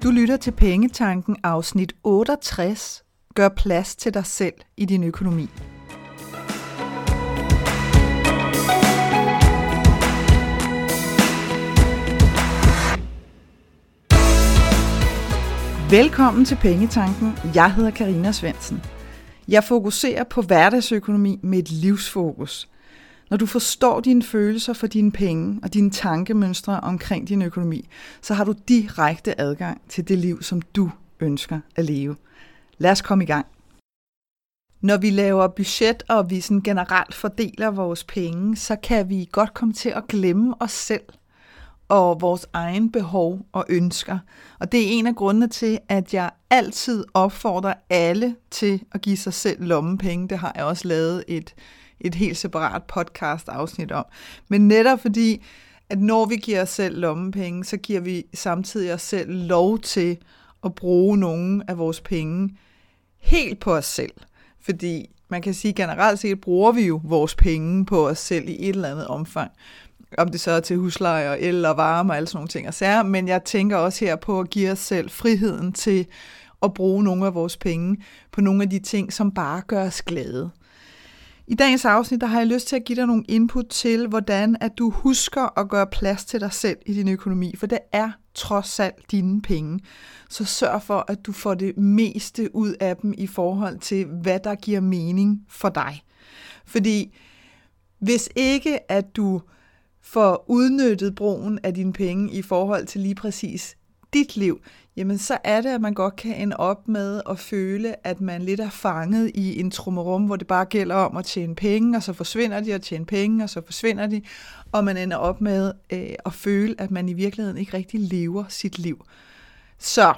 Du lytter til Pengetanken afsnit 68. Gør plads til dig selv i din økonomi. Velkommen til Pengetanken. Jeg hedder Karina Svendsen. Jeg fokuserer på hverdagsøkonomi med et livsfokus. Når du forstår dine følelser for dine penge og dine tankemønstre omkring din økonomi, så har du direkte adgang til det liv, som du ønsker at leve. Lad os komme i gang. Når vi laver budget, og vi sådan generelt fordeler vores penge, så kan vi godt komme til at glemme os selv og vores egen behov og ønsker. Og det er en af grundene til, at jeg altid opfordrer alle til at give sig selv lommepenge. Det har jeg også lavet et helt separat podcast-afsnit om. Men netop fordi, at når vi giver os selv lommepenge, så giver vi samtidig os selv lov til at bruge nogle af vores penge helt på os selv. Fordi man kan sige, generelt set bruger vi jo vores penge på os selv i et eller andet omfang. Om det så er til husleje og el og varme og alle sådan nogle ting og sager. Men jeg tænker også her på at give os selv friheden til at bruge nogle af vores penge på nogle af de ting, som bare gør os glade. I dagens afsnit, der har jeg lyst til at give dig nogle input til, hvordan at du husker at gøre plads til dig selv i din økonomi, for det er trods alt dine penge. Så sørg for, at du får det meste ud af dem i forhold til, hvad der giver mening for dig. Fordi hvis ikke, at du får udnyttet brugen af dine penge i forhold til lige præcis dit liv, jamen så er det, at man godt kan ende op med at føle, at man lidt er fanget i en trummerum, hvor det bare gælder om at tjene penge, og så forsvinder de, og tjene penge, og så forsvinder de, og man ender op med at føle, at man i virkeligheden ikke rigtig lever sit liv. Så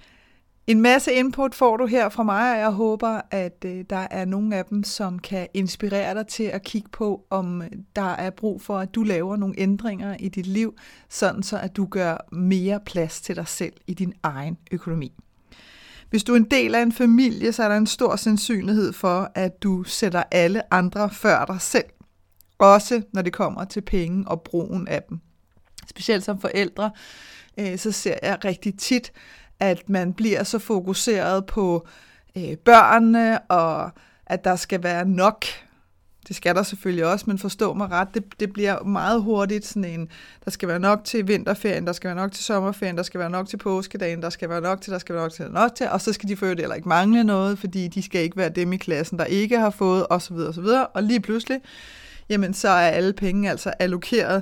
en masse input får du her fra mig, og jeg håber, at der er nogle af dem, som kan inspirere dig til at kigge på, om der er brug for, at du laver nogle ændringer i dit liv, sådan så at du gør mere plads til dig selv i din egen økonomi. Hvis du er en del af en familie, så er der en stor sandsynlighed for, at du sætter alle andre før dig selv. Også når det kommer til penge og brugen af dem. Specielt som forældre, så ser jeg rigtig tit, at man bliver så fokuseret på børnene, og at der skal være nok. Det skal der selvfølgelig også, men forstå mig ret, det bliver meget hurtigt sådan en, der skal være nok til vinterferien, der skal være nok til sommerferien, der skal være nok til påskedagen, der skal være nok til, og så skal de for øvrigt heller ikke mangle noget, fordi de skal ikke være dem i klassen, der ikke har fået, osv. osv. Og lige pludselig, jamen så er alle penge altså allokeret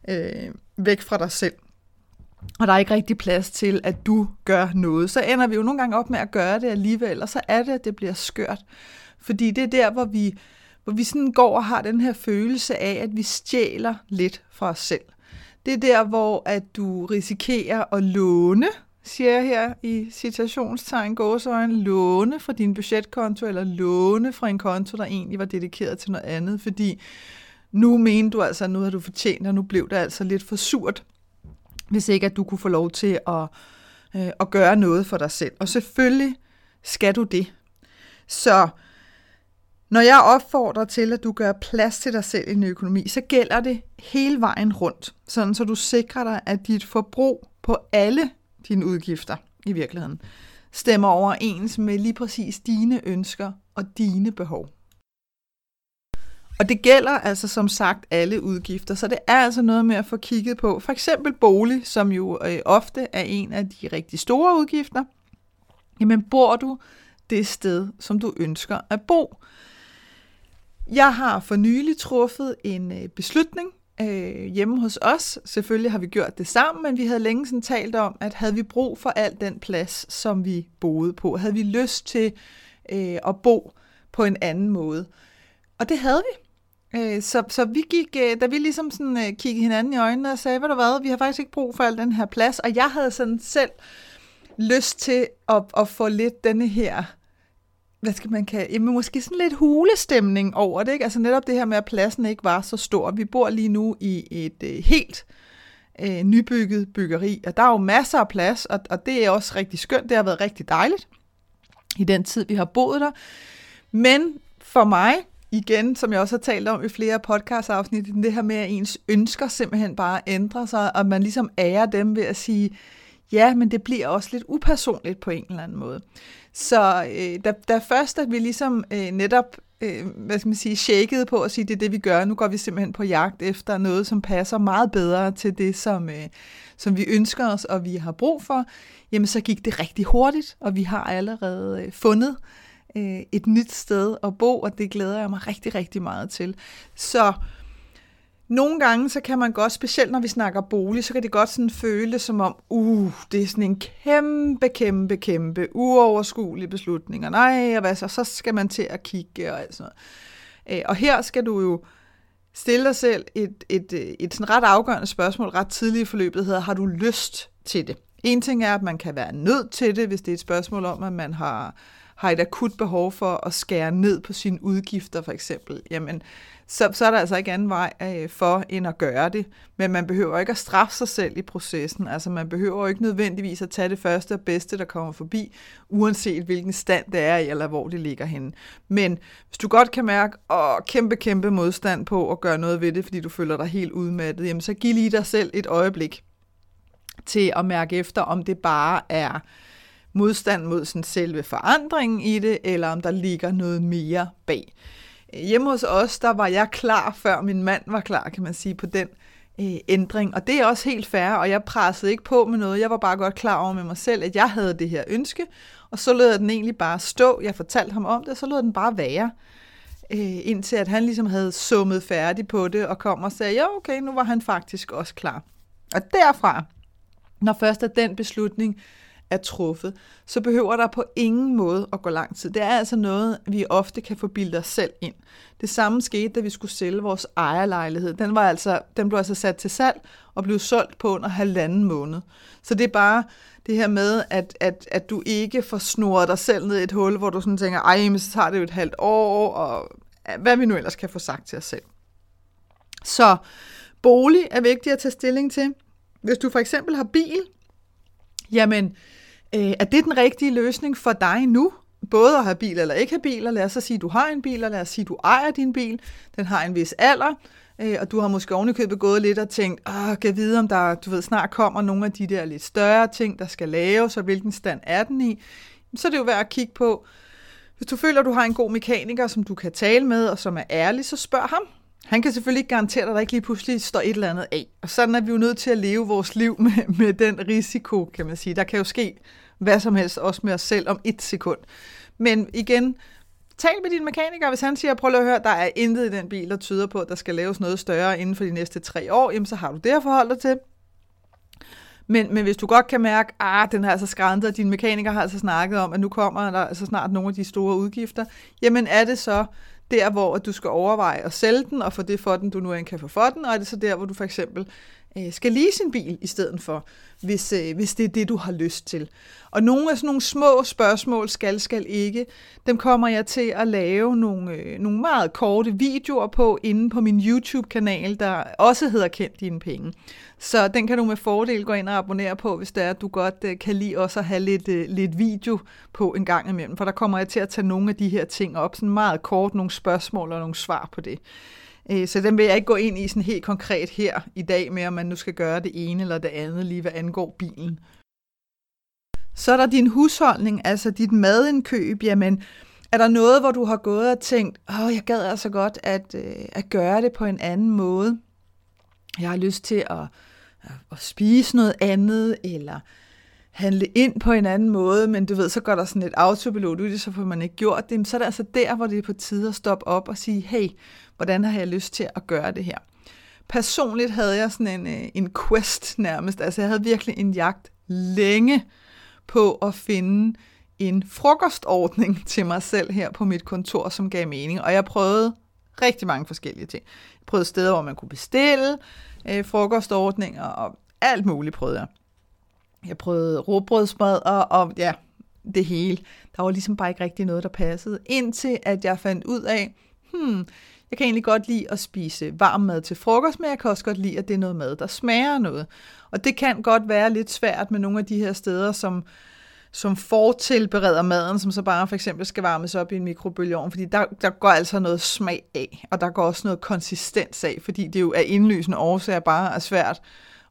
væk fra dig selv. Og der er ikke rigtig plads til, at du gør noget. Så ender vi jo nogle gange op med at gøre det alligevel, og så er det, at det bliver skørt. Fordi det er der, hvor vi sådan går og har den her følelse af, at vi stjæler lidt fra os selv. Det er der, hvor at du risikerer at låne, siger jeg her i citationstegn, gåseøjne, låne fra din budgetkonto, eller låne fra en konto, der egentlig var dedikeret til noget andet. Fordi nu mener du altså, at nu har du fortjent, og nu blev det altså lidt for surt, hvis ikke at du kunne få lov til at gøre noget for dig selv. Og selvfølgelig skal du det. Så når jeg opfordrer til, at du gør plads til dig selv i din økonomi, så gælder det hele vejen rundt, sådan så du sikrer dig, at dit forbrug på alle dine udgifter i virkeligheden stemmer overens med lige præcis dine ønsker og dine behov. Og det gælder altså som sagt alle udgifter, så det er altså noget med at få kigget på, for eksempel bolig, som jo ofte er en af de rigtig store udgifter. Jamen bor du det sted, som du ønsker at bo? Jeg har for nylig truffet en beslutning hjemme hos os. Selvfølgelig har vi gjort det sammen, men vi havde længe sådan talt om, at havde vi brug for al den plads, som vi boede på, havde vi lyst til at bo på en anden måde. Og det havde vi. Så vi gik, da vi ligesom sådan kiggede hinanden i øjnene og sagde, ved du hvad, vi har faktisk ikke brug for al den her plads, og jeg havde sådan selv lyst til at få lidt denne her, hvad skal man kalde, jamen måske sådan lidt hulestemning over det, ikke? Altså netop det her med, at pladsen ikke var så stor. Vi bor lige nu i et helt nybygget byggeri, og der er jo masser af plads, og det er også rigtig skønt, det har været rigtig dejligt i den tid, vi har boet der. Men for mig, igen, som jeg også har talt om i flere podcast-afsnit, det her med, at ens ønsker simpelthen bare ændrer sig, og man ligesom ærer dem ved at sige, Ja, men det bliver også lidt upersonligt på en eller anden måde. Så da først, at vi ligesom netop shakede på at sige, det er det, vi gør. Nu går vi simpelthen på jagt efter noget, som passer meget bedre til det, som vi ønsker os, og vi har brug for. Jamen, så gik det rigtig hurtigt, og vi har allerede fundet et nyt sted at bo, og det glæder jeg mig rigtig, rigtig meget til. Så nogle gange, så kan man godt, specielt når vi snakker bolig, så kan det godt sådan føle som om, det er sådan en kæmpe, uoverskuelig beslutning, og nej, og hvad så skal man til at kigge og alt sådan noget. Og her skal du jo stille dig selv et sådan ret afgørende spørgsmål, ret tidligt i forløbet, hedder, har du lyst til det? En ting er, at man kan være nødt til det, hvis det er et spørgsmål om, at man har et akut behov for at skære ned på sine udgifter, for eksempel. Jamen, så er der altså ikke anden vej for, end at gøre det. Men man behøver ikke at straffe sig selv i processen. Altså, man behøver ikke nødvendigvis at tage det første og bedste, der kommer forbi, uanset hvilken stand det er i, eller hvor det ligger henne. Men hvis du godt kan mærke, kæmpe modstand på at gøre noget ved det, fordi du føler dig helt udmattet, jamen, så giv lige dig selv et øjeblik til at mærke efter, om det bare er modstand mod sådan selve forandringen i det, eller om der ligger noget mere bag. Hjemme hos os, der var jeg klar, før min mand var klar, kan man sige, på den ændring. Og det er også helt fair, og jeg pressede ikke på med noget. Jeg var bare godt klar over med mig selv, at jeg havde det her ønske, og så lød den egentlig bare stå. Jeg fortalte ham om det, og så lød den bare være, indtil at han ligesom havde summet færdig på det, og kom og sagde, ja okay, nu var han faktisk også klar. Og derfra, når først er den beslutning er truffet, så behøver der på ingen måde at gå lang tid. Det er altså noget, vi ofte kan få bildet os selv ind. Det samme skete, da vi skulle sælge vores ejerlejlighed. Den blev altså sat til salg og blev solgt på under 1,5 måned. Så det er bare det her med, at du ikke får snurret dig selv ned i et hul, hvor du sådan tænker, men så tager det jo et halvt år, og hvad vi nu ellers kan få sagt til os selv. Så bolig er vigtigt at tage stilling til. Hvis du for eksempel har bil, jamen, er det den rigtige løsning for dig nu? Både at have bil eller ikke have bil, og lad os så sige, at du har en bil, og lad os sige, at du ejer din bil. Den har en vis alder, og du har måske ovenikøbet gået lidt og tænkt, kan jeg vide, om der snart kommer nogle af de der lidt større ting, der skal laves, og hvilken stand er den i? Så er det jo værd at kigge på. Hvis du føler, at du har en god mekaniker, som du kan tale med, og som er ærlig, så spørg ham. Han kan selvfølgelig ikke garantere, at der ikke lige pludselig står et eller andet af. Og sådan er vi jo nødt til at leve vores liv med den risiko, kan man sige. Der kan jo ske hvad som helst, også med os selv om 1 sekund. Men igen, tal med din mekaniker, hvis han siger, prøv at høre, der er intet i den bil, der tyder på, at der skal laves noget større inden for de næste 3 år, jamen så har du det at forholde dig til. Men hvis du godt kan mærke, den har altså skræntet, og din mekaniker har altså snakket om, at nu kommer der altså snart nogle af de store udgifter, jamen er det så der, hvor du skal overveje at sælge den, og få det for den, du nu end kan få for den, og er det så der, hvor du for eksempel skal lease en bil i stedet for, hvis det er det, du har lyst til. Og nogle af sådan nogle små spørgsmål, skal ikke, dem kommer jeg til at lave nogle meget korte videoer på, inde på min YouTube-kanal, der også hedder Kend Dine Penge. Så den kan du med fordel gå ind og abonnere på, hvis det er, at du godt kan lide også at have lidt video på en gang imellem, for der kommer jeg til at tage nogle af de her ting op, sådan meget kort, nogle spørgsmål og nogle svar på det. Så den vil jeg ikke gå ind i sådan helt konkret her i dag med, om man nu skal gøre det ene eller det andet, lige hvad angår bilen. Så er der din husholdning, altså dit madindkøb. Jamen, er der noget, hvor du har gået og tænkt, jeg gad altså godt at gøre det på en anden måde. Jeg har lyst til at spise noget andet, eller handle ind på en anden måde, men du ved, så går der sådan et autopilot ud, så får man ikke gjort det. Så er det altså der, hvor det er på tide at stoppe op og sige, hey, hvordan har jeg lyst til at gøre det her? Personligt havde jeg sådan en quest nærmest, altså jeg havde virkelig en jagt længe på at finde en frokostordning til mig selv her på mit kontor, som gav mening, og jeg prøvede rigtig mange forskellige ting. Jeg prøvede steder, hvor man kunne bestille frokostordninger, og alt muligt prøvede jeg. Jeg prøvede råbrødsmad og ja, det hele. Der var ligesom bare ikke rigtig noget, der passede. Indtil at jeg fandt ud af, jeg kan egentlig godt lide at spise varm mad til frokost, men jeg kan også godt lide, at det er noget mad, der smager noget. Og det kan godt være lidt svært med nogle af de her steder, som fortilbereder maden, som så bare for eksempel skal varmes op i en mikrobølgeovn, fordi der går altså noget smag af, og der går også noget konsistens af, fordi det jo af indlysende årsager bare er svært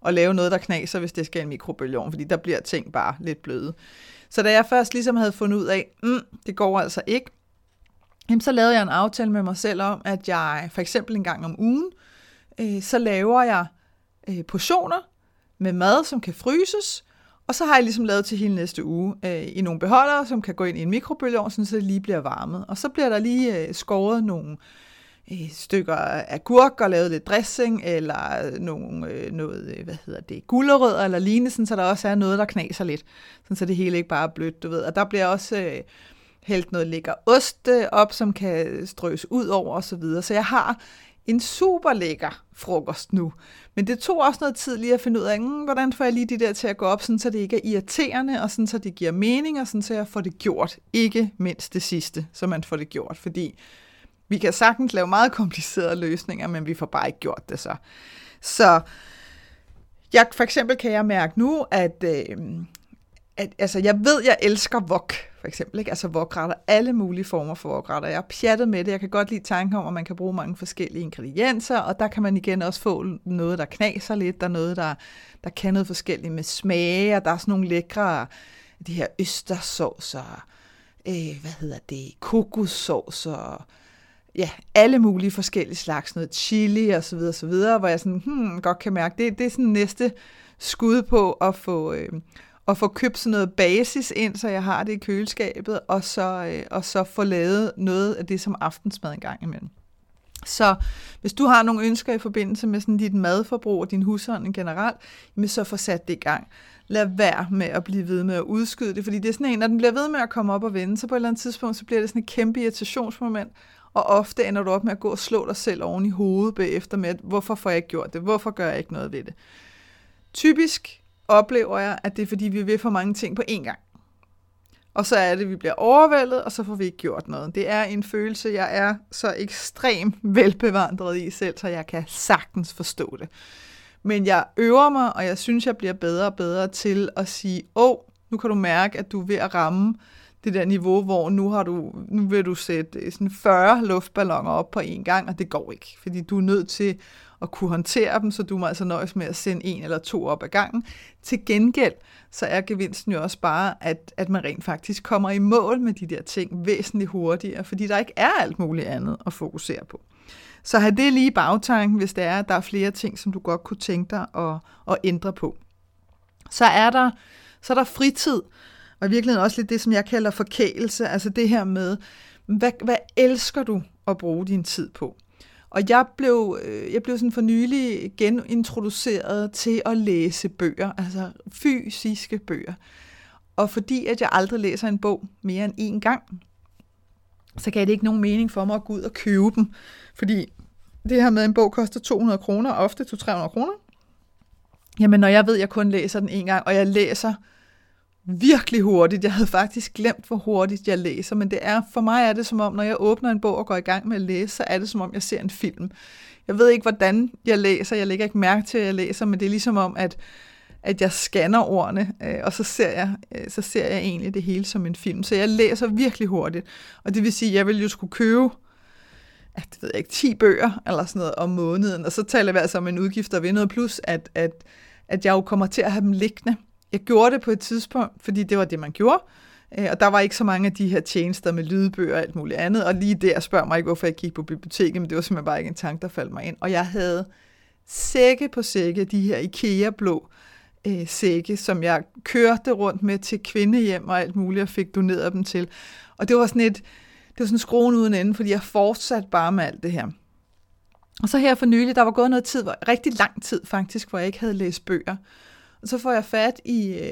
at lave noget, der knaser, hvis det skal i en mikrobølgeovn, fordi der bliver ting bare lidt bløde. Så da jeg først ligesom havde fundet ud af, det går altså ikke, så lavede jeg en aftale med mig selv om, at jeg for eksempel en gang om ugen, så laver jeg portioner med mad, som kan fryses, og så har jeg ligesom lavet til hele næste uge i nogle beholdere, som kan gå ind i en mikrobølgeovn, så det lige bliver varmet. Og så bliver der lige skåret nogle stykker agurk og lavet lidt dressing, eller noget, gulerødder eller lignende, sådan, så der også er noget, der knaser lidt, sådan, så det hele ikke bare er blødt, du ved. Og der bliver også hældt noget lækker ost op, som kan strøs ud over og så videre. Så jeg har en super lækker frokost nu. Men det tog også noget tid lige at finde ud af, hvordan får jeg lige de der til at gå op, sådan, så det ikke er irriterende, og sådan, så det giver mening, og sådan, så jeg får det gjort. Ikke mindst det sidste, så man får det gjort. Fordi vi kan sagtens lave meget komplicerede løsninger, men vi får bare ikke gjort det så. Så for eksempel kan jeg mærke nu, at altså, jeg ved, jeg elsker wok, for eksempel, ikke? Altså wokretter, alle mulige former for wokretter. Jeg er pjattet med det. Jeg kan godt lide tanken om, at man kan bruge mange forskellige ingredienser, og der kan man igen også få noget, der knaser lidt. Der er noget, der kan noget forskelligt med smage, og der er sådan nogle lækre, de her østersaucer, kokossaucer, ja, alle mulige forskellige slags, noget chili og så videre, hvor jeg sådan, godt kan mærke, det er sådan næste skud på at få købt sådan noget basis ind, så jeg har det i køleskabet, og så få lavet noget af det som aftensmad en gang imellem. Så hvis du har nogle ønsker i forbindelse med sådan dit madforbrug og din husholdning generelt, så få sat det i gang. Lad være med at blive ved med at udskyde det, fordi det er sådan en, når den bliver ved med at komme op og vende, så på et eller andet tidspunkt, så bliver det sådan et kæmpe irritationsmoment, og ofte ender du op med at gå og slå dig selv oven i hovedet bagefter med, hvorfor får jeg ikke gjort det? Hvorfor gør jeg ikke noget ved det? Typisk oplever jeg, at det er fordi, vi vil for mange ting på én gang. Og så er det, at vi bliver overvældet, og så får vi ikke gjort noget. Det er en følelse, jeg er så ekstremt velbevandret i selv, så jeg kan sagtens forstå det. Men jeg øver mig, og jeg synes, jeg bliver bedre og bedre til at sige, nu kan du mærke, at du er ved at ramme det der niveau, hvor nu vil du sætte sådan 40 luftballoner op på én gang, og det går ikke, fordi du er nødt til at kunne håndtere dem, så du må altså nøjes med at sende 1 eller 2 op ad gangen. Til gengæld, så er gevinsten jo også bare, at man rent faktisk kommer i mål med de der ting væsentligt hurtigere, fordi der ikke er alt muligt andet at fokusere på. Så have det lige i bagtanken, hvis det er, at der er flere ting, som du godt kunne tænke dig at ændre på. Så er der fritid, og i virkeligheden også lidt det, som jeg kalder forkælelse, altså det her med, hvad elsker du at bruge din tid på? Og jeg blev sådan for nylig genintroduceret til at læse bøger, altså fysiske bøger. Og fordi at jeg aldrig læser en bog mere end 1 gang, så gav det ikke nogen mening for mig at gå ud og købe dem. Fordi det her med, en bog koster 200 kroner, ofte 200-300 kroner. Jamen, når jeg ved, at jeg kun læser den 1 gang, og jeg læser virkelig hurtigt. Jeg havde faktisk glemt, hvor hurtigt jeg læser, men for mig er det som om, når jeg åbner en bog og går i gang med at læse, så er det som om, jeg ser en film. Jeg ved ikke, hvordan jeg læser. Jeg lægger ikke mærke til, at jeg læser, men det er ligesom om, at jeg scanner ordene, og så ser jeg egentlig det hele som en film. Så jeg læser virkelig hurtigt, og det vil sige, at jeg vil jo skulle købe 10 bøger eller sådan noget om måneden, og så taler vi altså om en udgift og ved noget, plus at jeg jo kommer til at have dem liggende. Jeg gjorde det på et tidspunkt, fordi det var det, man gjorde, og der var ikke så mange af de her tjenester med lydbøger og alt muligt andet, og lige der spørger mig ikke, hvorfor jeg gik på biblioteket, men det var simpelthen bare ikke en tanke, der faldt mig ind. Og jeg havde sække på sække, de her IKEA-blå sække, som jeg kørte rundt med til kvindehjem og alt muligt, og fik doneret dem til. Og det var sådan skruen uden ende, fordi jeg fortsatte bare med alt det her. Og så her for nylig, der var gået noget tid, rigtig lang tid faktisk, hvor jeg ikke havde læst bøger. Og så får jeg fat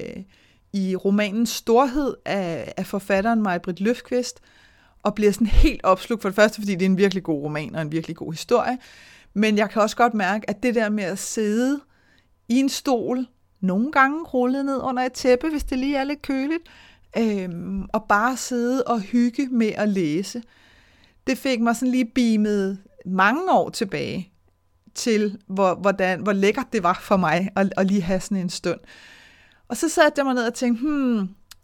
i romanen Storhed af forfatteren Maj-Britt Løfqvist, og bliver sådan helt opslugt, for det første, fordi det er en virkelig god roman og en virkelig god historie. Men jeg kan også godt mærke, at det der med at sidde i en stol, nogle gange rullet ned under et tæppe, hvis det lige er lidt køligt, og bare sidde og hygge med at læse, det fik mig sådan lige beamet mange år tilbage til, hvor lækkert det var for mig at lige have sådan en stund. Og så satte jeg mig ned og tænkte,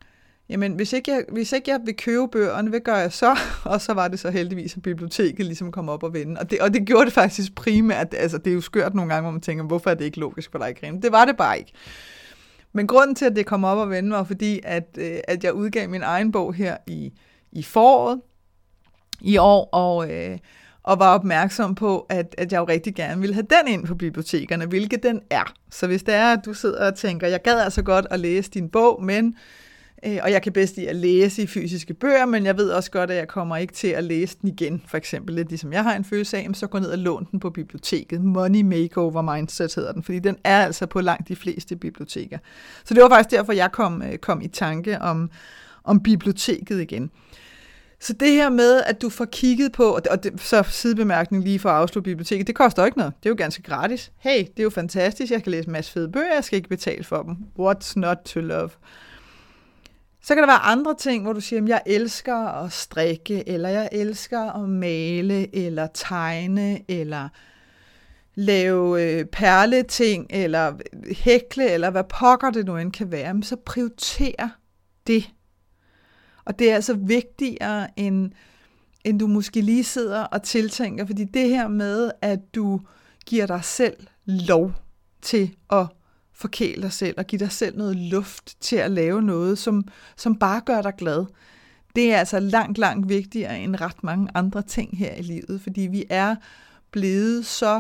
jamen hvis ikke jeg vil købe bøgerne, hvad gør jeg så? Og så var det så heldigvis, at biblioteket ligesom kom op og vende. Og det gjorde det faktisk primært. Altså, det er jo skørt nogle gange, hvor man tænker, hvorfor er det ikke logisk for dig, Karina? Det var det bare ikke. Men grunden til, at det kom op og vende, var fordi, at jeg udgav min egen bog her i foråret i år, og var opmærksom på, at jeg jo rigtig gerne ville have den ind på bibliotekerne, hvilket den er. Så hvis det er, at du sidder og tænker, jeg gad altså godt at læse din bog, og jeg kan bedst lide at læse i fysiske bøger, men jeg ved også godt, at jeg kommer ikke til at læse den igen. For eksempel lidt ligesom jeg har en følelse af, så gå ned og lån den på biblioteket. Money Makeover Mindset hedder den, fordi den er altså på langt de fleste biblioteker. Så det var faktisk derfor, jeg kom i tanke om biblioteket igen. Så det her med, at du får kigget på, og det, så sidebemærkning lige for at afslutte biblioteket, det koster ikke noget. Det er jo ganske gratis. Hey, det er jo fantastisk, jeg kan læse en masse fede bøger, jeg skal ikke betale for dem. What's not to love? Så kan der være andre ting, hvor du siger, at jeg elsker at strikke, eller jeg elsker at male, eller tegne, eller lave perleting, eller hækle, eller hvad pokker det nu end kan være. Men så prioriter det. Og det er altså vigtigere, end du måske lige sidder og tiltænker, fordi det her med, at du giver dig selv lov til at forkæle dig selv, og give dig selv noget luft til at lave noget, som bare gør dig glad, det er altså langt, langt vigtigere end ret mange andre ting her i livet, fordi vi er blevet så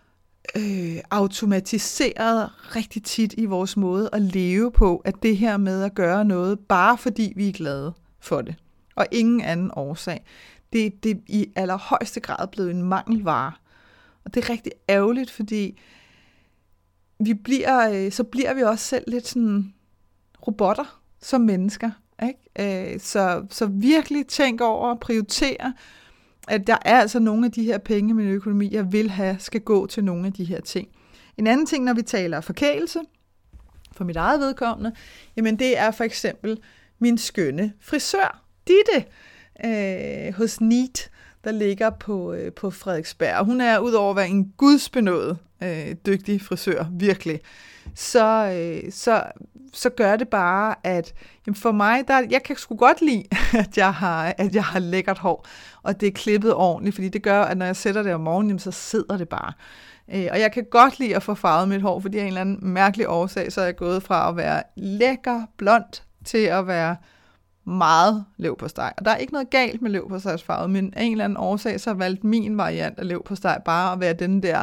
automatiseret rigtig tit i vores måde at leve på, at det her med at gøre noget, bare fordi vi er glade for det, og ingen anden årsag, det er i allerhøjeste grad blevet en mangelvare. Og det er rigtig ærgerligt, fordi så bliver vi også selv lidt sådan robotter som mennesker, ikke? Så virkelig tænk over at prioritere, at der er altså nogle af de her penge i min økonomi, jeg vil have, skal gå til nogle af de her ting. En anden ting, når vi taler forkælelse, for mit eget vedkommende, jamen det er for eksempel min skønne frisør, Ditte, hos Neat, der ligger på Frederiksberg. Hun er udover at være en gudsbenået dygtig frisør, virkelig, så gør det bare, at jamen for mig, jeg kan sgu godt lide, at jeg har lækkert hår, og det er klippet ordentligt, fordi det gør, at når jeg sætter det om morgenen, jamen, så sidder det bare. Og jeg kan godt lide at få farvet mit hår, fordi af en eller anden mærkelig årsag, så er jeg gået fra at være lækker blond til at være meget leverpostej. Og der er ikke noget galt med leverpostejsfarve, men af en eller anden årsag, så har valgt min variant af leverpostej bare at være den der,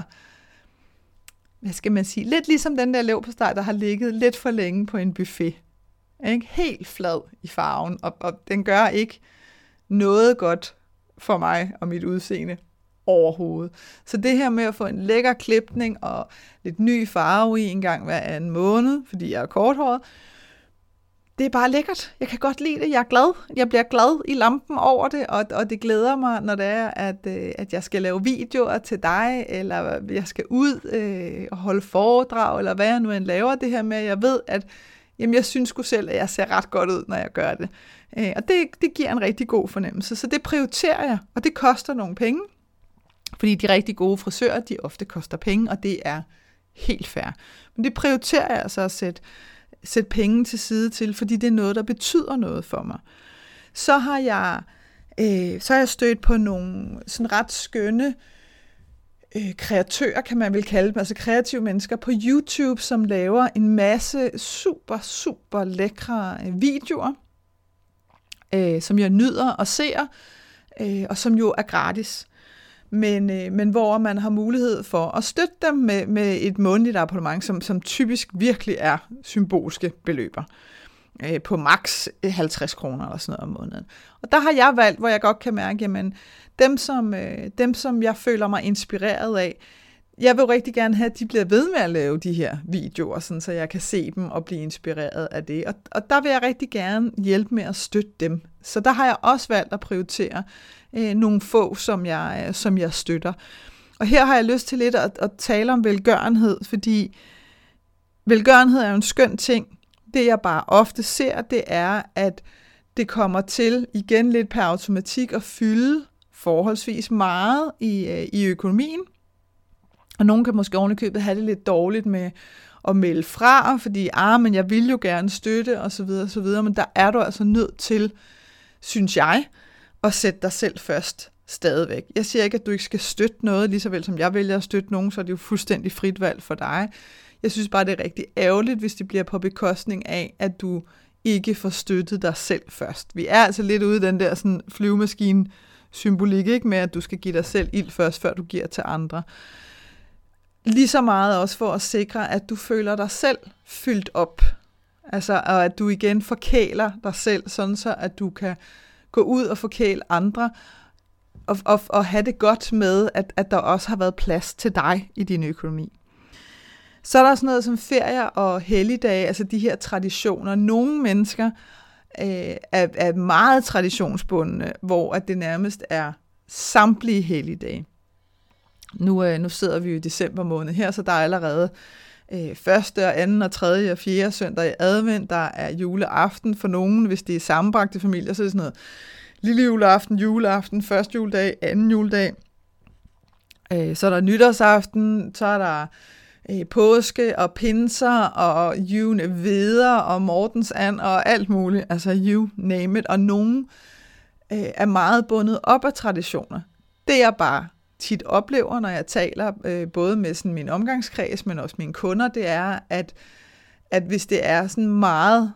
hvad skal man sige, lidt ligesom den der leverpostej, der har ligget lidt for længe på en buffet. Ikke? Helt flad i farven, og den gør ikke noget godt for mig og mit udseende overhovedet. Så det her med at få en lækker klipning og lidt ny farve i en gang hver anden måned, fordi jeg er korthåret, det er bare lækkert. Jeg kan godt lide det. Jeg er glad. Jeg bliver glad i lampen over det, og det glæder mig, når det er, at jeg skal lave videoer til dig, eller jeg skal ud og holde foredrag, eller hvad jeg nu end laver. Det her med, at jeg ved, at jamen, jeg synes sgu selv, at jeg ser ret godt ud, når jeg gør det. Og det giver en rigtig god fornemmelse. Så det prioriterer jeg, og det koster nogle penge. Fordi de rigtig gode frisører, de ofte koster penge, og det er helt fair. Men det prioriterer jeg altså at sætte penge til side til, fordi det er noget, der betyder noget for mig. Så har jeg stødt på nogle sådan ret skønne kreatører, kan man vel kalde dem, altså kreative mennesker på YouTube, som laver en masse super, super lækre videoer, som jeg nyder og ser, og som jo er gratis. Men hvor man har mulighed for at støtte dem med et månedligt abonnement, som typisk virkelig er symbolske beløber. På maks 50 kroner eller sådan noget om måneden. Og der har jeg valgt, hvor jeg godt kan mærke, jamen dem som jeg føler mig inspireret af, jeg vil rigtig gerne have, at de bliver ved med at lave de her videoer, sådan, så jeg kan se dem og blive inspireret af det. Og der vil jeg rigtig gerne hjælpe med at støtte dem. Så der har jeg også valgt at prioritere nogle få, som jeg støtter. Og her har jeg lyst til lidt at tale om velgørenhed, fordi velgørenhed er jo en skøn ting. Det jeg bare ofte ser, det er, at det kommer til igen lidt per automatik at fylde forholdsvis meget i økonomien. Og nogen kan måske ovenikøbet have det lidt dårligt med at melde fra, fordi men jeg vil jo gerne støtte, og så videre, men der er du altså nødt til, synes jeg, at sætte dig selv først stadigvæk. Jeg siger ikke, at du ikke skal støtte noget, lige så vel som jeg vælger at støtte nogen, så er det jo fuldstændig frit valg for dig. Jeg synes bare, det er rigtig ærgerligt, hvis det bliver på bekostning af, at du ikke får støttet dig selv først. Vi er altså lidt ude i den der sådan flyvemaskine-symbolik, ikke, med at du skal give dig selv ild først, før du giver til andre. Lige så meget også for at sikre, at du føler dig selv fyldt op. Altså, og at du igen forkæler dig selv, sådan så at du kan gå ud og forkæle andre, og have det godt med, at der også har været plads til dig i din økonomi. Så er der sådan noget som ferier og helligdage, altså de her traditioner. Nogle mennesker er meget traditionsbundne, hvor at det nærmest er samtlige helligdage. Nu sidder vi jo i december måned her, så der er allerede første og anden og tredje og fjerde søndag i advent. Der er juleaften for nogen, hvis det er sammenbragte familier, så er det sådan noget lille juleaften, første juledag, anden juledag. Så er der nytårsaften, så er der påske og pinser og juneveder og mortensand og alt muligt. Altså you name it. Og nogen er meget bundet op af traditioner. Det jeg bare tit oplever, når jeg taler både med sådan min omgangskreds, men også mine kunder, det er, at hvis det er sådan meget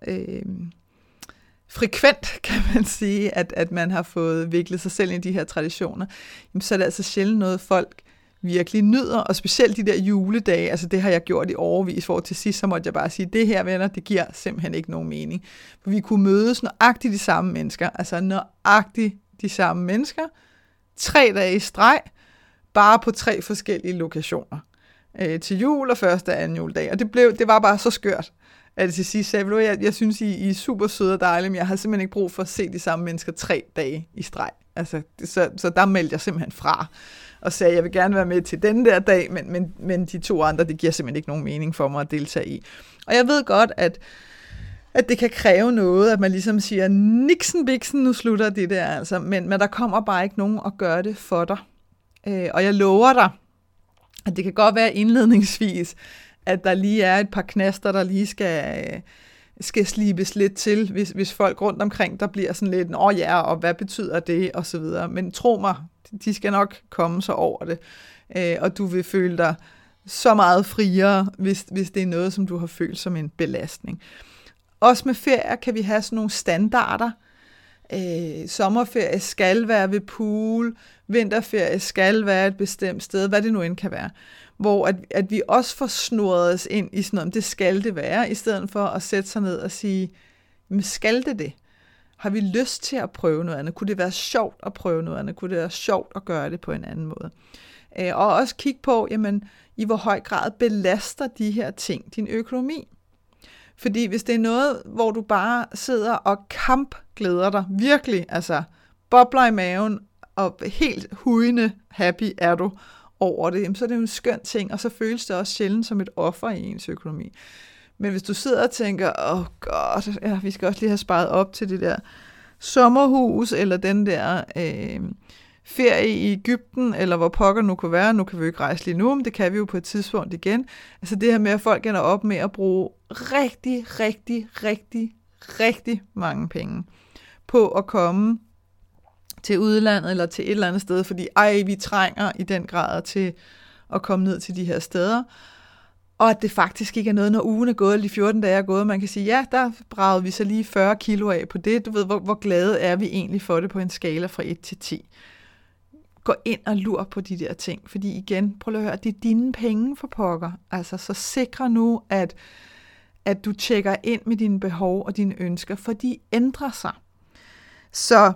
frekvent, kan man sige, at man har fået viklet sig selv ind i de her traditioner, så er det altså sjældent noget, folk virkelig nyder, og specielt de der juledage, altså det har jeg gjort i årevis, hvor til sidst så måtte jeg bare sige, det her, venner, det giver simpelthen ikke nogen mening. For vi kunne mødes nøjagtigt de samme mennesker, altså nøjagtigt de samme mennesker, 3 dage i streg, bare på 3 forskellige lokationer. Til jul og første og anden juledag, og det var bare så skørt, at til sidst sagde jeg synes, I er super søde og dejlige, men jeg har simpelthen ikke brug for at se de samme mennesker 3 dage i streg. Altså, så der meldte jeg simpelthen fra, og sagde, jeg vil gerne være med til den der dag, men de 2 andre, det giver simpelthen ikke nogen mening for mig at deltage i. Og jeg ved godt, at det kan kræve noget, at man ligesom siger, niksen biksen, nu slutter det der, altså, men der kommer bare ikke nogen at gøre det for dig. Og jeg lover dig, at det kan godt være indledningsvis, at der lige er et par knaster, der lige skal slibes lidt til, hvis folk rundt omkring, der bliver sådan lidt, og hvad betyder det, og så videre. Men tro mig, de skal nok komme så over det, og du vil føle dig så meget friere, hvis det er noget, som du har følt som en belastning. Også med ferier kan vi have sådan nogle standarder. Sommerferie skal være ved pool, vinterferie skal være et bestemt sted, hvad det nu end kan være. Hvor at vi også får snurret os ind i sådan noget, det skal det være, i stedet for at sætte sig ned og sige, men skal det? Har vi lyst til at prøve noget andet? Kunne det være sjovt at prøve noget andet? Kunne det være sjovt at gøre det på en anden måde? Og også kigge på, jamen, i hvor høj grad belaster de her ting din økonomi? Fordi hvis det er noget, hvor du bare sidder og kampglæder dig, virkelig, altså bobler i maven, og helt hujende happy er du over det, jamen, så er det jo en skøn ting, og så føles det også sjældent som et offer i ens økonomi. Men hvis du sidder og tænker, vi skal også lige have sparet op til det der sommerhus, eller den der ferie i Egypten, eller hvor pokker nu kunne være, nu kan vi jo ikke rejse lige nu, men det kan vi jo på et tidspunkt igen. Altså det her med, at folk ender op med at bruge rigtig, rigtig, rigtig, rigtig mange penge på at komme til udlandet, eller til et eller andet sted, fordi vi trænger i den grad til at komme ned til de her steder, og at det faktisk ikke er noget, når ugen er gået, eller de 14 dage er gået, man kan sige, ja, der bragede vi så lige 40 kilo af på det, du ved, hvor glade er vi egentlig for det på en skala fra 1 til 10. Gå ind og lur på de der ting, fordi igen, prøv at høre, det er dine penge for pokker, altså så sikre nu, at du tjekker ind med dine behov og dine ønsker, for de ændrer sig. Så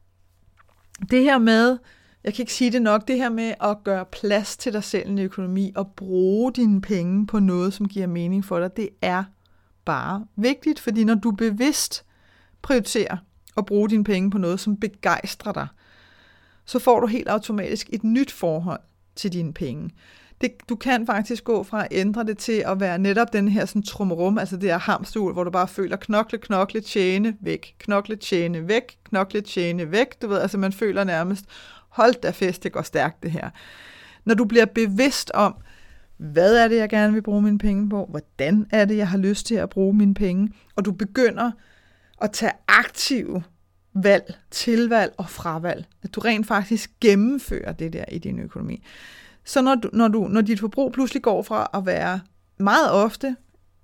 det her med, jeg kan ikke sige det nok, det her med at gøre plads til dig selv i økonomi og bruge dine penge på noget, som giver mening for dig, det er bare vigtigt, fordi når du bevidst prioriterer at bruge dine penge på noget, som begejstrer dig, så får du helt automatisk et nyt forhold til dine penge. Du kan faktisk gå fra at ændre det til at være netop den her sådan trummerum, altså det her hamsterhjul, hvor du bare føler knokle, tjene, væk, knokle, tjene, væk, knokle, tjene, væk. Du ved, altså man føler nærmest, hold da fest, det går stærkt det her. Når du bliver bevidst om, hvad er det, jeg gerne vil bruge mine penge på? Hvordan er det, jeg har lyst til at bruge mine penge? Og du begynder at tage aktive valg, tilvalg og fravalg. At du rent faktisk gennemfører det der i din økonomi. Så når dit forbrug pludselig går fra at være meget ofte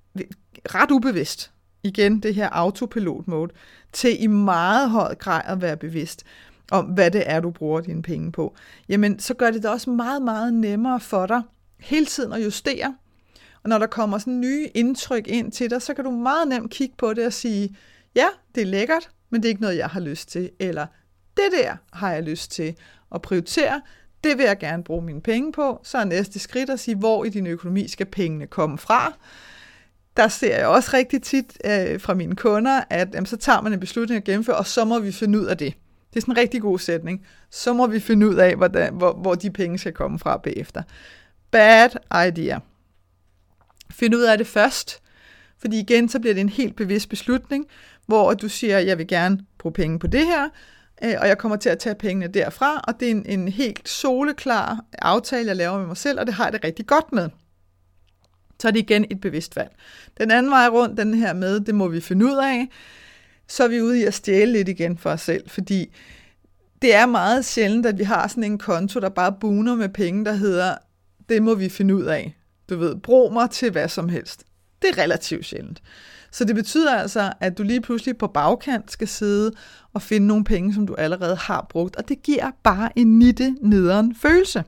ret ubevidst, igen det her autopilot-mode, til i meget høj grad at være bevidst om, hvad det er, du bruger dine penge på, jamen så gør det også meget, meget nemmere for dig hele tiden at justere. Og når der kommer sådan nye indtryk ind til dig, så kan du meget nemt kigge på det og sige, ja, det er lækkert, men det er ikke noget, jeg har lyst til. Eller det der har jeg lyst til at prioritere. Det vil jeg gerne bruge mine penge på. Så er næste skridt at sige, hvor i din økonomi skal pengene komme fra. Der ser jeg også rigtig tit fra mine kunder, at så tager man en beslutning at gennemføre, og så må vi finde ud af det. Det er sådan en rigtig god sætning. Så må vi finde ud af, hvor de penge skal komme fra bagefter. Bad idea. Find ud af det først, fordi igen, så bliver det en helt bevidst beslutning, hvor du siger, jeg vil gerne bruge penge på det her, og jeg kommer til at tage pengene derfra, og det er en helt soleklar aftale, jeg laver med mig selv, og det har jeg det rigtig godt med. Så er det igen et bevidst valg. Den anden vej rundt, den her med, det må vi finde ud af, så er vi ude i at stjæle lidt igen for os selv, fordi det er meget sjældent, at vi har sådan en konto, der bare buner med penge, der hedder, det må vi finde ud af. Du ved, brug mig til hvad som helst. Det er relativt sjældent. Så det betyder altså, at du lige pludselig på bagkant skal sidde og finde nogle penge, som du allerede har brugt, og det giver bare en nederen følelse.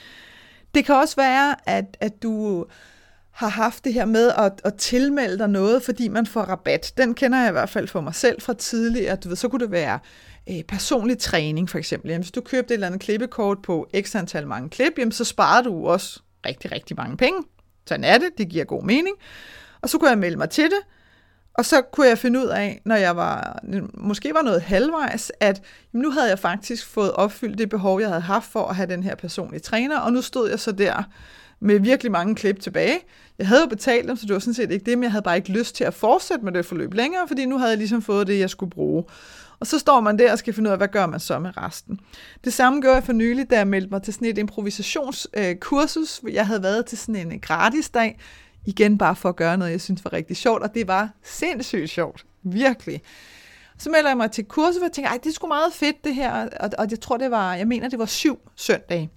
Det kan også være, at du har haft det her med at tilmelde dig noget, fordi man får rabat. Den kender jeg i hvert fald for mig selv fra tidligere. Du ved, så kunne det være personlig træning for eksempel. Jamen, hvis du købte et eller andet klippekort på x antal mange klip, jamen, så sparer du også rigtig, rigtig mange penge. Sådan er det, det giver god mening. Og så kunne jeg melde mig til det, og så kunne jeg finde ud af, når jeg måske var noget halvvejs, at jamen, nu havde jeg faktisk fået opfyldt det behov, jeg havde haft for at have den her personlige træner, og nu stod jeg så der med virkelig mange klip tilbage. Jeg havde jo betalt dem, så det var sådan set ikke det, men jeg havde bare ikke lyst til at fortsætte med det forløb længere, fordi nu havde jeg ligesom fået det, jeg skulle bruge. Og så står man der og skal finde ud af, hvad gør man så med resten. Det samme gjorde jeg for nylig, da jeg meldte mig til sådan et improvisationskursus. Jeg havde været til sådan en gratis dag, igen bare for at gøre noget, jeg synes var rigtig sjovt, og det var sindssygt sjovt. Virkelig. Så melder jeg mig til kurset, og jeg tænkte, det er sgu meget fedt det her, og jeg tror det var 7 søndage.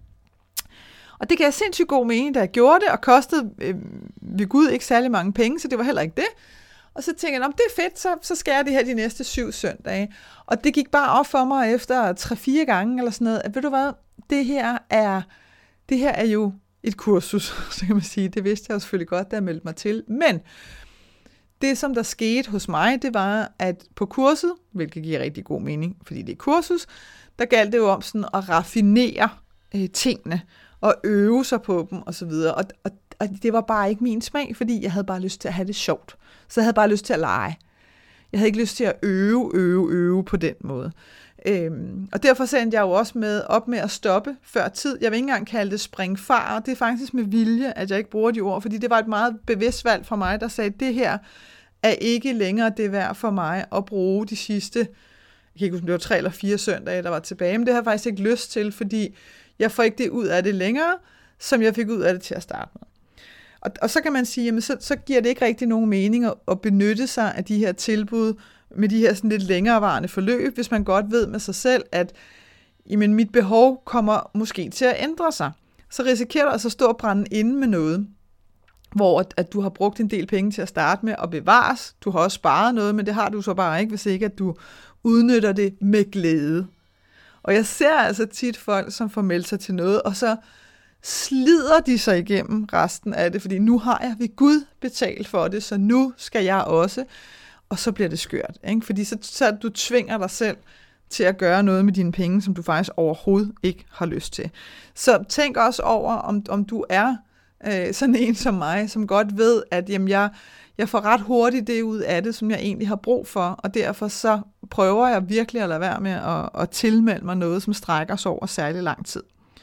Og det gav sindssygt god mening, da jeg gjorde det, og kostede ved Gud ikke særlig mange penge, så det var heller ikke det. Og så tænkte jeg, det er fedt, så skal jeg det her de næste 7 søndage. Og det gik bare op for mig efter 3-4 gange, eller sådan noget, at ved du hvad, det her er jo et kursus, så kan man sige. Det vidste jeg jo selvfølgelig godt, da jeg meldte mig til. Men det, som der skete hos mig, det var, at på kurset, hvilket giver rigtig god mening, fordi det er kursus, der galt det jo om sådan at raffinere tingene, og øve sig på dem, og så videre. Og det var bare ikke min smag, fordi jeg havde bare lyst til at have det sjovt. Så jeg havde bare lyst til at lege. Jeg havde ikke lyst til at øve på den måde. Og derfor sendte jeg jo også op med at stoppe før tid. Jeg vil ikke engang kalde det springfart. Det er faktisk med vilje, at jeg ikke bruger de ord, fordi det var et meget bevidst valg fra mig, der sagde, at det her er ikke længere det værd for mig at bruge de sidste, jeg kan ikke huske, det var 3 eller 4 søndage, der var tilbage, men det har jeg faktisk ikke lyst til, fordi jeg får ikke det ud af det længere, som jeg fik ud af det til at starte med. Og så kan man sige, jamen så giver det ikke rigtig nogen mening at benytte sig af de her tilbud med de her sådan lidt længerevarende forløb, hvis man godt ved med sig selv, at jamen, mit behov kommer måske til at ændre sig. Så risikerer du altså at stå og brænde inde med noget, hvor at du har brugt en del penge til at starte med og bevares. Du har også sparet noget, men det har du så bare ikke, hvis ikke at du udnytter det med glæde. Og jeg ser altså tit folk, som får meldt sig til noget, og så slider de sig igennem resten af det, fordi nu har jeg ved Gud betalt for det, så nu skal jeg også, og så bliver det skørt, ikke? Fordi så du tvinger dig selv til at gøre noget med dine penge, som du faktisk overhovedet ikke har lyst til. Så tænk også over, om du er sådan en som mig, som godt ved, at jamen, jeg får ret hurtigt det ud af det, som jeg egentlig har brug for, og derfor så prøver jeg virkelig at lade være med at tilmelde mig noget, som strækker sig over særlig lang tid.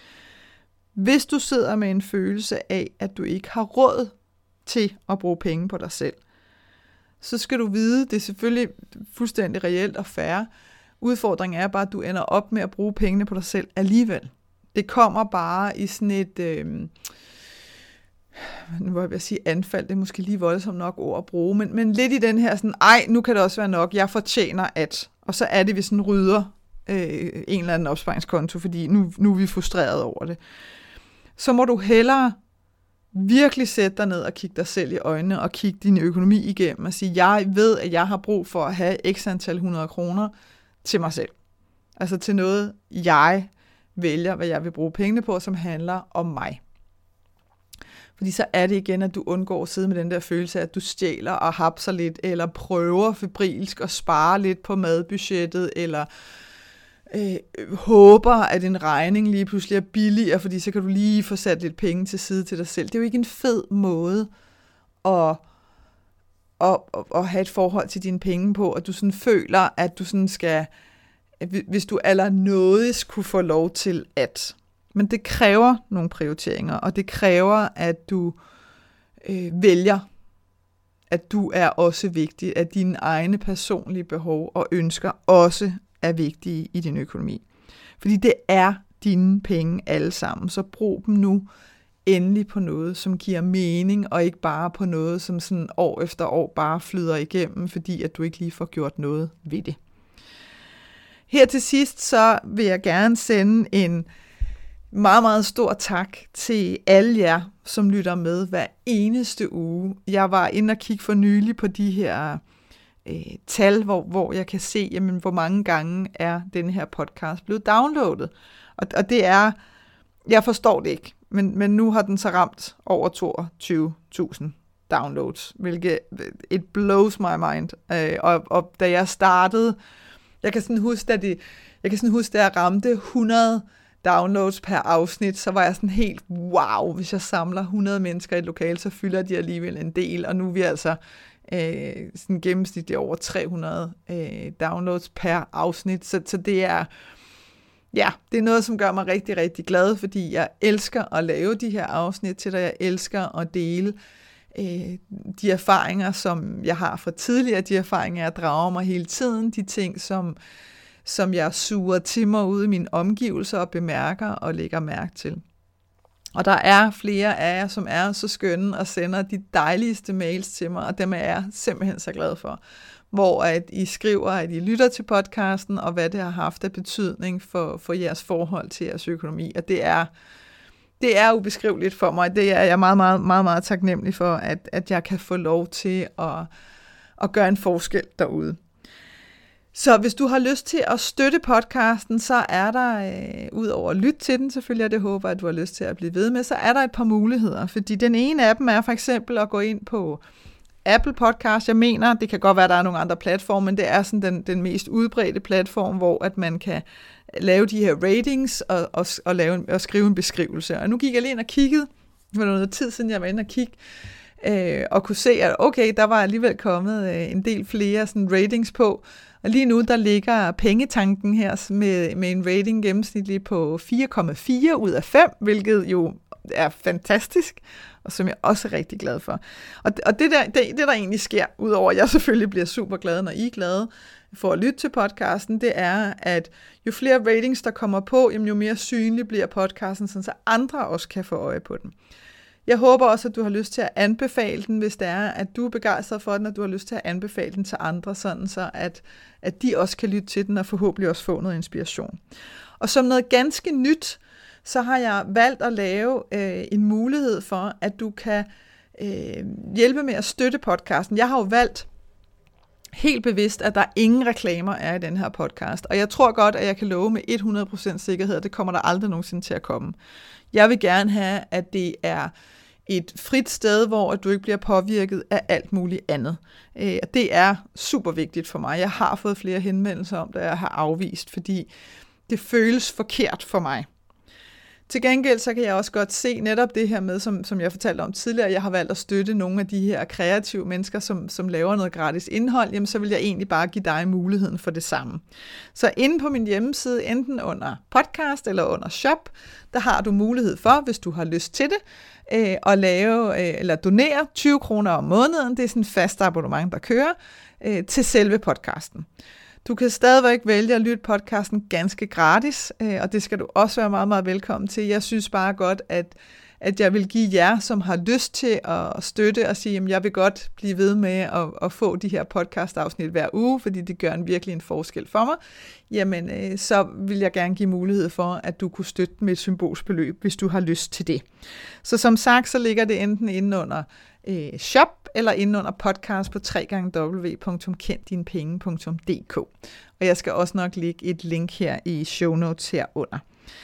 Hvis du sidder med en følelse af, at du ikke har råd til at bruge penge på dig selv, så skal du vide, det er selvfølgelig fuldstændig reelt og fair. Udfordringen er bare, at du ender op med at bruge pengene på dig selv alligevel. Det kommer bare i sådan et nu var jeg ved at sige anfald, det er måske lige voldsomt nok ord at bruge, men lidt i den her sådan, nu kan det også være nok, jeg fortjener at, og så er det, vi sådan rydder en eller anden opsparingskonto, fordi nu er vi frustreret over det. Så må du hellere virkelig sætte dig ned og kigge dig selv i øjnene, og kigge din økonomi igennem, og sige, jeg ved, at jeg har brug for at have x antal 100 kroner til mig selv. Altså til noget, jeg vælger, hvad jeg vil bruge pengene på, som handler om mig. Fordi så er det igen, at du undgår at sidde med den der følelse af, at du stjæler og hapser lidt, eller prøver febrilsk at spare lidt på madbudgettet, eller håber, at en regning lige pludselig er billigere, fordi så kan du lige få sat lidt penge til side til dig selv. Det er jo ikke en fed måde at have et forhold til dine penge på, at du sådan føler, at du sådan skal, hvis du allernådigst kunne få lov til at. Men det kræver nogle prioriteringer, og det kræver, at du vælger, at du er også vigtig, at dine egne personlige behov og ønsker også er vigtige i din økonomi. Fordi det er dine penge alle sammen, så brug dem nu endelig på noget, som giver mening, og ikke bare på noget, som sådan år efter år bare flyder igennem, fordi at du ikke lige får gjort noget ved det. Her til sidst, så vil jeg gerne sende en meget, meget stor tak til alle jer, som lytter med hver eneste uge. Jeg var inde og kigge for nylig på de her tal, hvor jeg kan se, jamen, hvor mange gange er den her podcast blevet downloadet. Og det er, jeg forstår det ikke, men nu har den så ramt over 22.000 downloads, hvilket it blows my mind. Og da jeg startede, jeg kan sådan huske, da jeg ramte 100 downloads per afsnit, så var jeg sådan helt, wow, hvis jeg samler 100 mennesker i et lokale, så fylder de alligevel en del, og nu er vi altså sådan gennemsnitligt over 300 downloads per afsnit, så det er, ja, det er noget, som gør mig rigtig, rigtig glad, fordi jeg elsker at lave de her afsnit til dig, jeg elsker at dele de erfaringer, som jeg har fra tidligere, de erfaringer, jeg drager mig hele tiden, de ting, som jeg suger til mig ud i mine omgivelser og bemærker og lægger mærke til. Og der er flere af jer, som er så skønne og sender de dejligste mails til mig, og dem er jeg simpelthen så glad for. Hvor at I skriver, at I lytter til podcasten, og hvad det har haft af betydning for jeres forhold til jeres økonomi. Og det er ubeskriveligt for mig. Det er jeg meget, meget, meget, meget taknemmelig for, at jeg kan få lov til at gøre en forskel derude. Så hvis du har lyst til at støtte podcasten, så er der, ud over at lytte til den selvfølgelig, og det håber at du har lyst til at blive ved med, så er der et par muligheder. Fordi den ene af dem er for eksempel at gå ind på Apple Podcast. Jeg mener, det kan godt være, at der er nogle andre platforme, men det er sådan den mest udbredte platform, hvor at man kan lave de her ratings og skrive en beskrivelse. Og nu gik jeg lige ind og kiggede, det var noget tid siden jeg var inde og kigge, og kunne se, at okay, der var alligevel kommet en del flere sådan ratings på. Og lige nu, der ligger Pengetanken her med en rating gennemsnitlig på 4,4 ud af 5, hvilket jo er fantastisk, og som jeg også er rigtig glad for. Og det der egentlig sker, udover at jeg selvfølgelig bliver super glad, når I er glade for at lytte til podcasten, det er, at jo flere ratings, der kommer på, jo mere synlig bliver podcasten, så andre også kan få øje på den. Jeg håber også, at du har lyst til at anbefale den, hvis det er, at du er begejstret for den, og du har lyst til at anbefale den til andre, sådan så at de også kan lytte til den, og forhåbentlig også få noget inspiration. Og som noget ganske nyt, så har jeg valgt at lave en mulighed for, at du kan hjælpe med at støtte podcasten. Jeg har jo valgt helt bevidst, at der ingen reklamer er i den her podcast, og jeg tror godt, at jeg kan love med 100% sikkerhed, at det kommer der aldrig nogensinde til at komme. Jeg vil gerne have, at det er et frit sted, hvor du ikke bliver påvirket af alt muligt andet. Det er super vigtigt for mig. Jeg har fået flere henvendelser om det, jeg har afvist, fordi det føles forkert for mig. Til gengæld så kan jeg også godt se netop det her med, som jeg fortalte om tidligere, jeg har valgt at støtte nogle af de her kreative mennesker, som laver noget gratis indhold, jamen så vil jeg egentlig bare give dig muligheden for det samme. Så inde på min hjemmeside, enten under podcast eller under shop, der har du mulighed for, hvis du har lyst til det, at lave eller donere 20 kroner om måneden. Det er sådan et fast abonnement, der kører til selve podcasten. Du kan stadigvæk vælge at lytte podcasten ganske gratis, og det skal du også være meget, meget velkommen til. Jeg synes bare godt, at jeg vil give jer, som har lyst til at støtte og sige, at jeg vil godt blive ved med at få de her podcast-afsnit hver uge, fordi det gør virkelig en forskel for mig, jamen så vil jeg gerne give mulighed for, at du kunne støtte med et symbolsk beløb, hvis du har lyst til det. Så som sagt, så ligger det enten inde under shop eller inde under podcast på www.kenddinepenge.dk. Og jeg skal også nok lægge et link her i show notes herunder.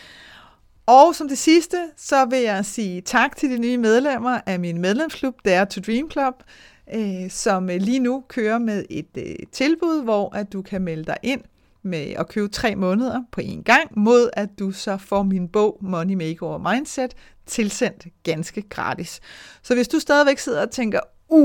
Og som det sidste, så vil jeg sige tak til de nye medlemmer af min medlemsklub, Dare to Dream Club, som lige nu kører med et tilbud, hvor at du kan melde dig ind med at købe 3 måneder på en gang, mod at du så får min bog Money Makeover Mindset tilsendt ganske gratis. Så hvis du stadigvæk sidder og tænker,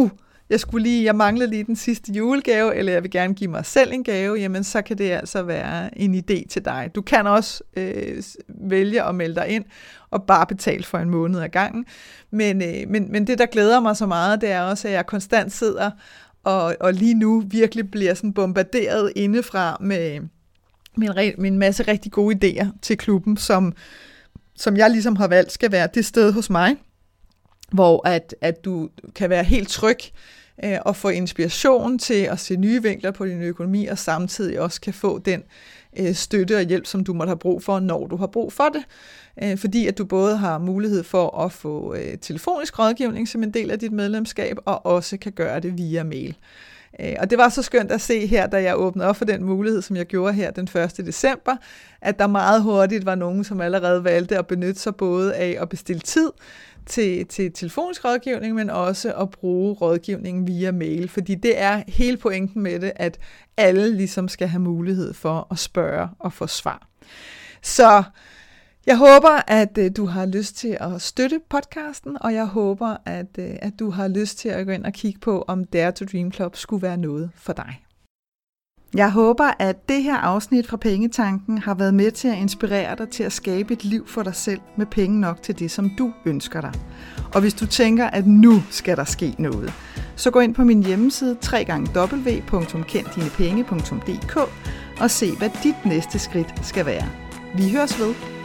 jeg mangler lige den sidste julegave, eller jeg vil gerne give mig selv en gave, jamen så kan det altså være en idé til dig. Du kan også vælge at melde dig ind og bare betale for en måned ad gangen. Men det, der glæder mig så meget, det er også, at jeg konstant sidder og lige nu virkelig bliver sådan bombarderet indefra med min masse rigtig gode idéer til klubben, som jeg ligesom har valgt skal være det sted hos mig, hvor at du kan være helt tryg og få inspiration til at se nye vinkler på din økonomi, og samtidig også kan få den støtte og hjælp, som du måtte have brug for, når du har brug for det. Fordi at du både har mulighed for at få telefonisk rådgivning som en del af dit medlemskab, og også kan gøre det via mail. Og det var så skønt at se her, da jeg åbnede op for den mulighed, som jeg gjorde her den 1. december, at der meget hurtigt var nogen, som allerede valgte at benytte sig både af at bestille tid til telefonisk rådgivning, men også at bruge rådgivningen via mail, fordi det er hele pointen med det, at alle ligesom skal have mulighed for at spørge og få svar. Så jeg håber, at du har lyst til at støtte podcasten, og jeg håber, at du har lyst til at gå ind og kigge på, om Dare to Dream Club skulle være noget for dig. Jeg håber, at det her afsnit fra Pengetanken har været med til at inspirere dig til at skabe et liv for dig selv med penge nok til det, som du ønsker dig. Og hvis du tænker, at nu skal der ske noget, så gå ind på min hjemmeside www.kenddinepenge.dk og se, hvad dit næste skridt skal være. Vi høres ved.